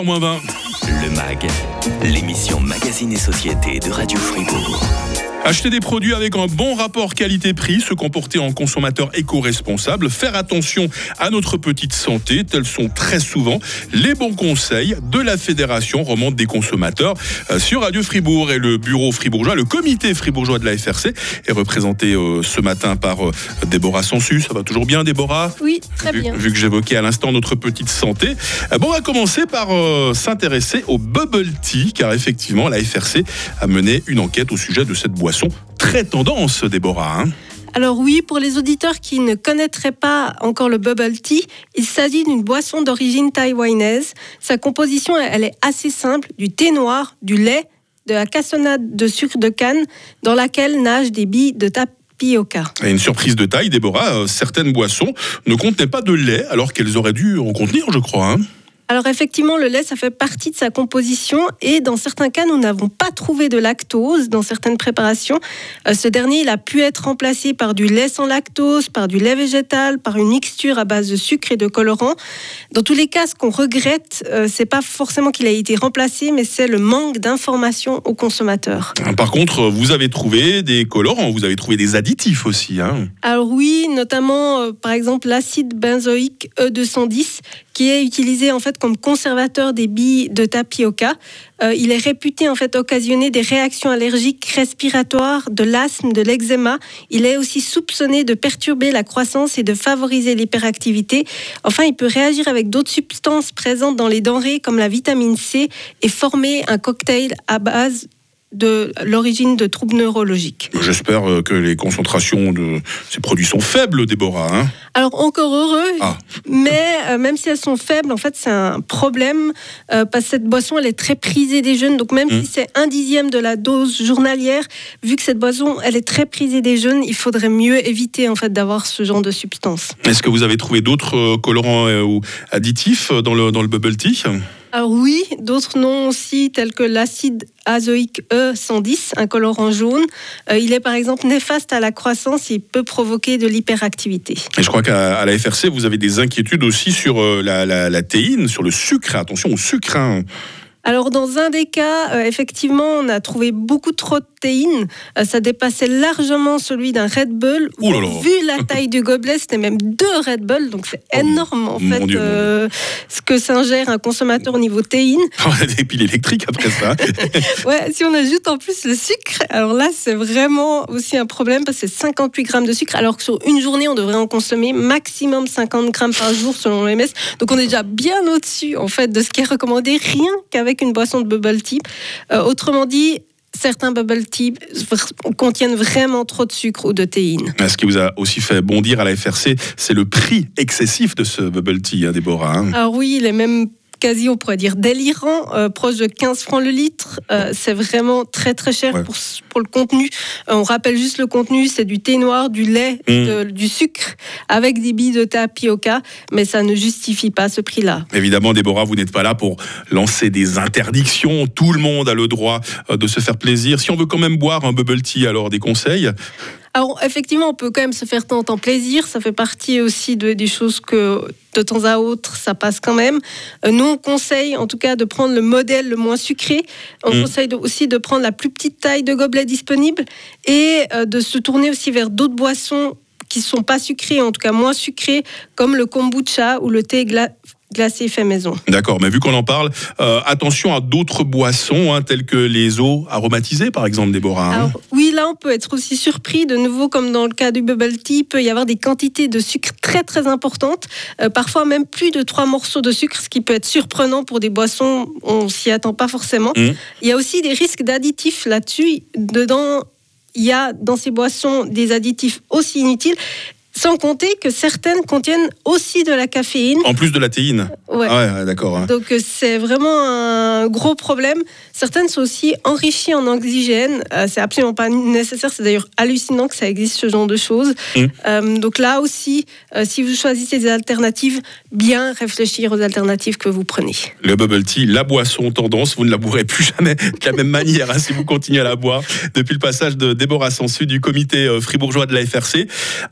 Moins 20. Le MAG, l'émission Magazine et Société de Radio Fribourg. Acheter des produits avec un bon rapport qualité-prix, se comporter en consommateur éco-responsable, faire attention à notre petite santé, tels sont très souvent les bons conseils de la Fédération romande des consommateurs sur Radio Fribourg. Et le bureau fribourgeois, le comité fribourgeois de la FRC est représenté ce matin par Déborah Sensu. Ça va toujours bien, Déborah ? Oui, très bien. Vu que j'évoquais à l'instant notre petite santé. Bon, on va commencer par s'intéresser au bubble tea, car effectivement, la FRC a mené une enquête au sujet de cette boisson très tendance, Déborah. Alors oui, pour les auditeurs qui ne connaîtraient pas encore le bubble tea, il s'agit d'une boisson d'origine taïwanaise. Sa composition, elle est assez simple, du thé noir, du lait, de la cassonade de sucre de canne, dans laquelle nagent des billes de tapioca. Et une surprise de taille, Déborah, certaines boissons ne contenaient pas de lait, alors qu'elles auraient dû en contenir, je crois. Alors effectivement, le lait, ça fait partie de sa composition et dans certains cas, nous n'avons pas trouvé de lactose dans certaines préparations. Ce dernier, il a pu être remplacé par du lait sans lactose, par du lait végétal, par une mixture à base de sucre et de colorant. Dans tous les cas, ce qu'on regrette, c'est pas forcément qu'il a été remplacé, mais c'est le manque d'information aux consommateurs. Par contre, vous avez trouvé des colorants, vous avez trouvé des additifs aussi. Alors oui, notamment par exemple l'acide benzoïque E210, qui est utilisé en fait comme conservateur des billes de tapioca. Il est réputé en fait occasionner des réactions allergiques respiratoires, de l'asthme, de l'eczéma. Il est aussi soupçonné de perturber la croissance et de favoriser l'hyperactivité. Enfin, il peut réagir avec d'autres substances présentes dans les denrées comme la vitamine C et former un cocktail à base de l'origine de troubles neurologiques. J'espère que les concentrations de ces produits sont faibles, Déborah. Alors encore heureux, mais même si elles sont faibles, en fait c'est un problème parce que cette boisson elle est très prisée des jeunes, donc même si c'est 1/10 de la dose journalière, vu que cette boisson elle est très prisée des jeunes, il faudrait mieux éviter en fait d'avoir ce genre de substance. Est-ce que vous avez trouvé d'autres colorants ou additifs dans le bubble tea ? Alors oui, d'autres noms aussi, tels que l'acide azoïque E110, un colorant jaune. Il est par exemple néfaste à la croissance et peut provoquer de l'hyperactivité. Et je crois qu'à la FRC, vous avez des inquiétudes aussi sur la théine, sur le sucre. Attention au sucre. Alors dans un des cas, effectivement, on a trouvé beaucoup trop de théine. Ça dépassait largement celui d'un Red Bull. Vu la taille du gobelet, c'était même 2 Red Bull, donc c'est énorme en fait ce que s'ingère un consommateur au niveau théine. On a des piles électriques après ça. Ouais, si on ajoute en plus le sucre, alors là c'est vraiment aussi un problème parce que c'est 58 grammes de sucre, alors que sur une journée on devrait en consommer maximum 50 grammes par jour selon l'OMS. Donc on est déjà bien au-dessus en fait de ce qui est recommandé, rien qu'avec une boisson de bubble tea. Autrement dit, certains bubble tea contiennent vraiment trop de sucre ou de théine. Ce qui vous a aussi fait bondir à la FRC, c'est le prix excessif de ce bubble tea, Déborah. Alors oui, il est même quasi, on pourrait dire, délirant, proche de 15 francs le litre. C'est vraiment très très cher pour le contenu. On rappelle juste le contenu, c'est du thé noir, du lait, du sucre, avec des billes de tapioca, mais ça ne justifie pas ce prix-là. Évidemment, Déborah, vous n'êtes pas là pour lancer des interdictions. Tout le monde a le droit de se faire plaisir. Si on veut quand même boire un bubble tea, alors des conseils ? Alors effectivement, on peut quand même se faire de temps en temps plaisir. Ça fait partie aussi des choses que de temps à autre, ça passe quand même. Nous, on conseille en tout cas de prendre le modèle le moins sucré. On conseille aussi de prendre la plus petite taille de gobelet disponible et de se tourner aussi vers d'autres boissons qui ne sont pas sucrées, en tout cas moins sucrées, comme le kombucha ou le thé glacé fait maison. D'accord, mais vu qu'on en parle, attention à d'autres boissons, telles que les eaux aromatisées, par exemple, Déborah. Alors, oui, là, on peut être aussi surpris. De nouveau, comme dans le cas du bubble tea, il peut y avoir des quantités de sucre très, très importantes. Parfois, même plus de 3 morceaux de sucre, ce qui peut être surprenant pour des boissons. On s'y attend pas forcément. Il y a aussi des risques d'additifs là-dessus. Dedans, il y a dans ces boissons des additifs aussi inutiles. Sans compter que certaines contiennent aussi de la caféine. En plus de la théine. Ouais. Ah ouais, d'accord. Donc c'est vraiment un gros problème. Certaines sont aussi enrichies en oxygène. C'est absolument pas nécessaire. C'est d'ailleurs hallucinant que ça existe ce genre de choses. Donc là aussi, si vous choisissez des alternatives, bien réfléchir aux alternatives que vous prenez. Le bubble tea, la boisson tendance, vous ne la boirez plus jamais de la même manière si vous continuez à la boire. Depuis le passage de Déborah Sensu du comité fribourgeois de la FRC. Un sujet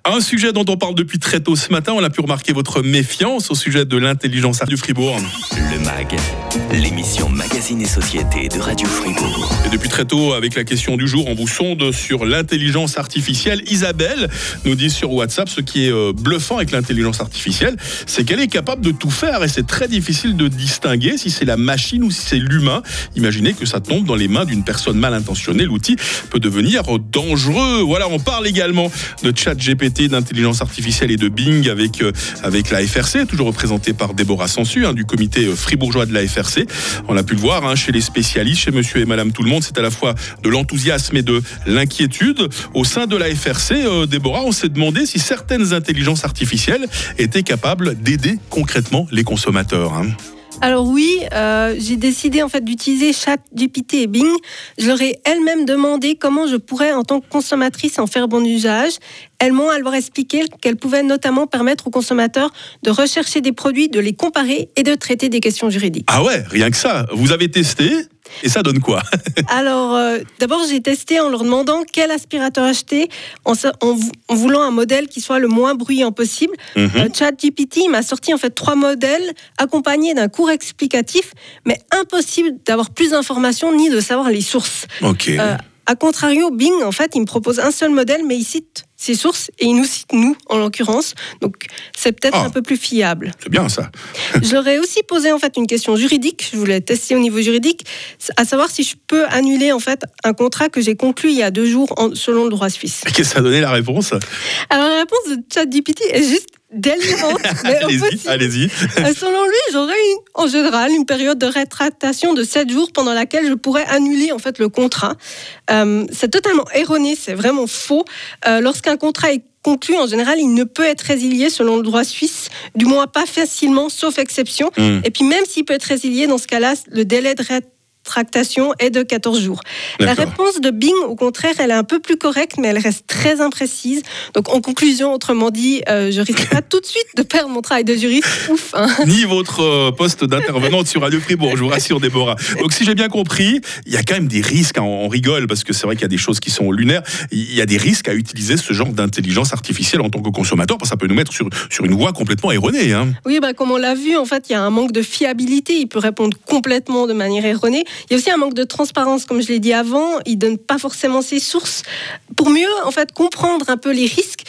sujet dont on parle depuis très tôt ce matin. On a pu remarquer votre méfiance au sujet de l'intelligence artificielle du Fribourg. Le MAG, l'émission Magazine et Société de Radio Fribourg. Et depuis très tôt, avec la question du jour, on vous sonde sur l'intelligence artificielle. Isabelle nous dit sur WhatsApp, ce qui est bluffant avec l'intelligence artificielle, c'est qu'elle est capable de tout faire et c'est très difficile de distinguer si c'est la machine ou si c'est l'humain. Imaginez que ça tombe dans les mains d'une personne mal intentionnée. L'outil peut devenir dangereux. Voilà, on parle également de ChatGPT, d'intelligence artificielle et de Bing avec la FRC, toujours représentée par Déborah Sansu, du comité fribourgeois de la FRC. On a pu le voir chez les spécialistes, chez monsieur et madame tout le monde, c'est à la fois de l'enthousiasme et de l'inquiétude. Au sein de la FRC, Déborah, on s'est demandé si certaines intelligences artificielles étaient capables d'aider concrètement les consommateurs. Alors oui, j'ai décidé en fait d'utiliser ChatGPT et Bing. Je leur ai elle-même demandé comment je pourrais en tant que consommatrice en faire bon usage. Elles m'ont alors expliqué qu'elles pouvaient notamment permettre aux consommateurs de rechercher des produits, de les comparer et de traiter des questions juridiques. Ah ouais, rien que ça. Vous avez testé ? Et ça donne quoi ? Alors, d'abord, j'ai testé en leur demandant quel aspirateur acheter, en voulant un modèle qui soit le moins bruyant possible. ChatGPT m'a sorti en fait 3 modèles accompagnés d'un court explicatif, mais impossible d'avoir plus d'informations ni de savoir les sources. Ok. A contrario, Bing, en fait, il me propose un seul modèle, mais il cite ses sources et il nous cite nous, en l'occurrence. Donc, c'est peut-être un peu plus fiable. C'est bien ça. Je leur ai aussi posé en fait une question juridique. Je voulais tester au niveau juridique, à savoir si je peux annuler en fait un contrat que j'ai conclu il y a 2 jours selon le droit suisse. Qu'est-ce que ça a donné la réponse ? Alors, la réponse de ChatGPT est juste délirante. Mais allez-y. Selon lui, j'aurais en général une période de rétractation de 7 jours pendant laquelle je pourrais annuler en fait le contrat. C'est totalement erroné, c'est vraiment faux. Lorsqu'un contrat est conclu, en général, il ne peut être résilié selon le droit suisse, du moins pas facilement, sauf exception. Et puis même s'il peut être résilié, dans ce cas-là, le délai de rétractation est de 14 jours. D'accord. La réponse de Bing, au contraire, elle est un peu plus correcte, mais elle reste très imprécise. Donc, en conclusion, autrement dit, je risque pas tout de suite de perdre mon travail de juriste. Ouf. Ni votre poste d'intervenante sur Radio Fribourg, je vous rassure, Déborah. Donc, si j'ai bien compris, il y a quand même des risques. On rigole parce que c'est vrai qu'il y a des choses qui sont lunaires. Il y a des risques à utiliser ce genre d'intelligence artificielle en tant que consommateur, parce que ça peut nous mettre sur une voie complètement erronée. Oui, comme on l'a vu, en fait, il y a un manque de fiabilité. Il peut répondre complètement de manière erronée. Il y a aussi un manque de transparence, comme je l'ai dit avant. Il ne donne pas forcément ses sources. Pour mieux en fait, comprendre un peu les risques,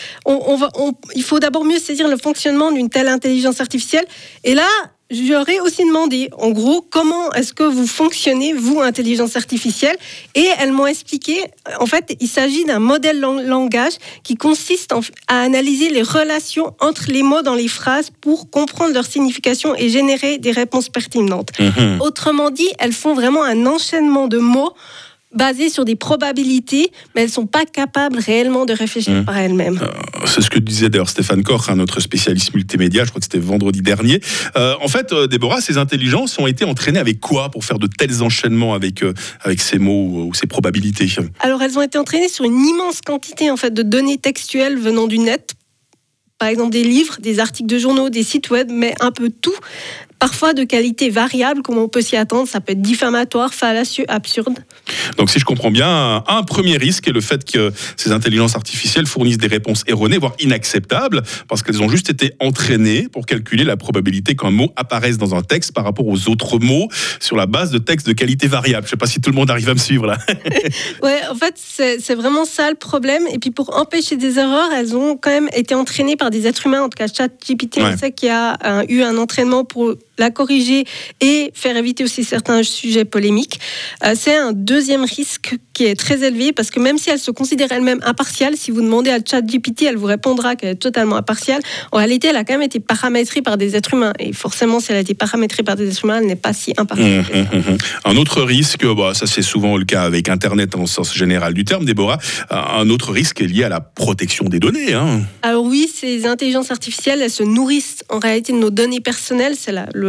il faut d'abord mieux saisir le fonctionnement d'une telle intelligence artificielle. Et là, j'aurais aussi demandé, en gros, comment est-ce que vous fonctionnez, vous, intelligence artificielle ? Et elles m'ont expliqué, en fait, il s'agit d'un modèle langage qui consiste à analyser les relations entre les mots dans les phrases pour comprendre leur signification et générer des réponses pertinentes. Autrement dit, elles font vraiment un enchaînement de mots basées sur des probabilités, mais elles ne sont pas capables réellement de réfléchir par elles-mêmes. C'est ce que disait d'ailleurs Stéphane Koch, notre spécialiste multimédia, je crois que c'était vendredi dernier. En fait, Déborah, ces intelligences ont été entraînées avec quoi pour faire de tels enchaînements avec ces mots ou ces probabilités ? Alors, elles ont été entraînées sur une immense quantité en fait, de données textuelles venant du net, par exemple des livres, des articles de journaux, des sites web, mais un peu tout. Parfois de qualité variable, comme on peut s'y attendre. Ça peut être diffamatoire, fallacieux, absurde. Donc si je comprends bien, un premier risque est le fait que ces intelligences artificielles fournissent des réponses erronées, voire inacceptables, parce qu'elles ont juste été entraînées pour calculer la probabilité qu'un mot apparaisse dans un texte par rapport aux autres mots sur la base de textes de qualité variable. Je ne sais pas si tout le monde arrive à me suivre là. Ouais, en fait, c'est vraiment ça le problème. Et puis pour empêcher des erreurs, elles ont quand même été entraînées par des êtres humains. En tout cas, ChatGPT, on sait qu'il y a eu un entraînement pour la corriger et faire éviter aussi certains sujets polémiques. C'est un deuxième risque qui est très élevé parce que même si elle se considère elle-même impartiale, si vous demandez à ChatGPT, elle vous répondra qu'elle est totalement impartiale. En réalité, elle a quand même été paramétrée par des êtres humains. Et forcément, si elle a été paramétrée par des êtres humains, elle n'est pas si impartiale. Un autre risque, ça c'est souvent le cas avec Internet en sens général du terme, Déborah, un autre risque est lié à la protection des données. Alors oui, ces intelligences artificielles, elles se nourrissent en réalité de nos données personnelles. C'est le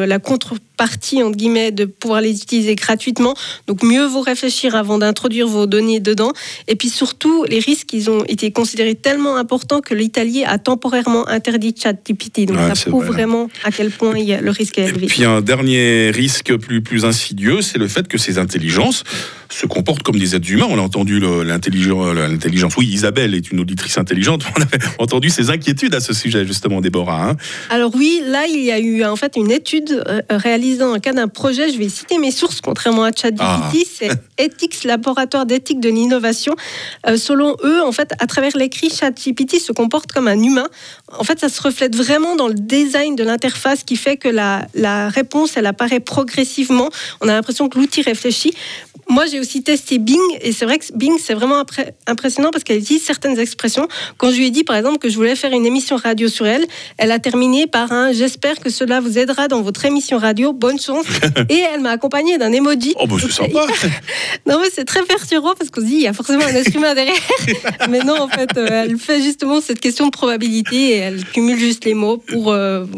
la contrepartie, entre guillemets, de pouvoir les utiliser gratuitement. Donc mieux vaut réfléchir avant d'introduire vos données dedans. Et puis surtout, les risques, ils ont été considérés tellement importants que l'Italie a temporairement interdit ChatGPT. Donc ça prouve vraiment à quel point le risque est élevé. Et puis un dernier risque plus insidieux, c'est le fait que ces intelligences se comportent comme des êtres humains. On a entendu l'intelligence. Oui, Isabelle est une auditrice intelligente. On a entendu ses inquiétudes à ce sujet, justement, Déborah. Alors oui, là, il y a eu en fait une étude réalisée dans le cadre d'un projet. Je vais citer mes sources, contrairement à ChatGPT. C'est Ethics, laboratoire d'éthique de l'innovation. Selon eux, en fait, à travers l'écrit, ChatGPT se comporte comme un humain. En fait, ça se reflète vraiment dans le design de l'interface qui fait que la réponse, elle apparaît progressivement. On a l'impression que l'outil réfléchit. Moi, j'ai aussi testé Bing, et c'est vrai que Bing, c'est vraiment impressionnant parce qu'elle utilise certaines expressions. Quand je lui ai dit, par exemple, que je voulais faire une émission radio sur elle, elle a terminé par un « j'espère que cela vous aidera dans votre émission radio, bonne chance ». Et elle m'a accompagnée d'un emoji. Oh, bah c'est sympa. Non, mais c'est très perturbant parce qu'on se dit, il y a forcément un être humain derrière. Mais non, en fait, elle fait justement cette question de probabilité et elle cumule juste les mots pour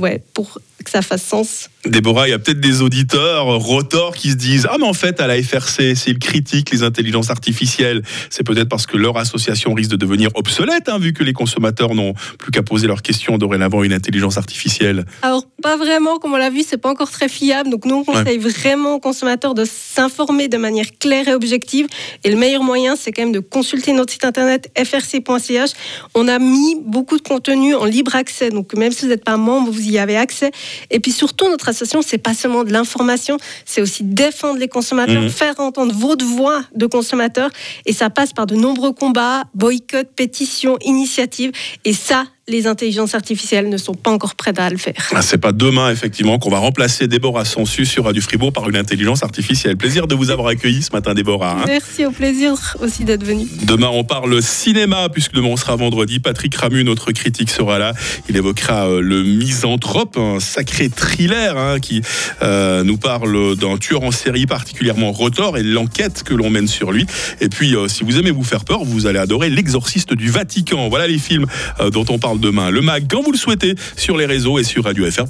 que ça fasse sens. Déborah, il y a peut-être des auditeurs rotors qui se disent « Ah, mais en fait, à la FRC, s'ils critiquent les intelligences artificielles, c'est peut-être parce que leur association risque de devenir obsolète, vu que les consommateurs n'ont plus qu'à poser leurs questions dorénavant une intelligence artificielle. » Alors, pas vraiment, comme on l'a vu, c'est pas encore très fiable. Donc, nous, on conseille vraiment aux consommateurs de s'informer de manière claire et objective. Et le meilleur moyen, c'est quand même de consulter notre site internet frc.ch. On a mis beaucoup de contenu en libre accès. Donc, même si vous n'êtes pas membre, vous y avez accès. Et puis surtout, notre association, c'est pas seulement de l'information, c'est aussi défendre les consommateurs, faire entendre votre voix de consommateurs. Et ça passe par de nombreux combats, boycotts, pétitions, initiatives. Et ça, les intelligences artificielles ne sont pas encore prêtes à le faire. C'est pas demain, effectivement, qu'on va remplacer Déborah Sansu sur Radio Fribourg par une intelligence artificielle. Plaisir de vous avoir accueilli ce matin, Déborah. Merci, au plaisir aussi d'être venu. Demain, on parle cinéma, puisque demain, on sera vendredi. Patrick Ramu, notre critique, sera là. Il évoquera Le Misanthrope, un sacré thriller qui nous parle d'un tueur en série particulièrement retors et l'enquête que l'on mène sur lui. Et puis, si vous aimez vous faire peur, vous allez adorer L'Exorciste du Vatican. Voilà les films dont on parle demain. Le MAG, quand vous le souhaitez, sur les réseaux et sur Radio FR.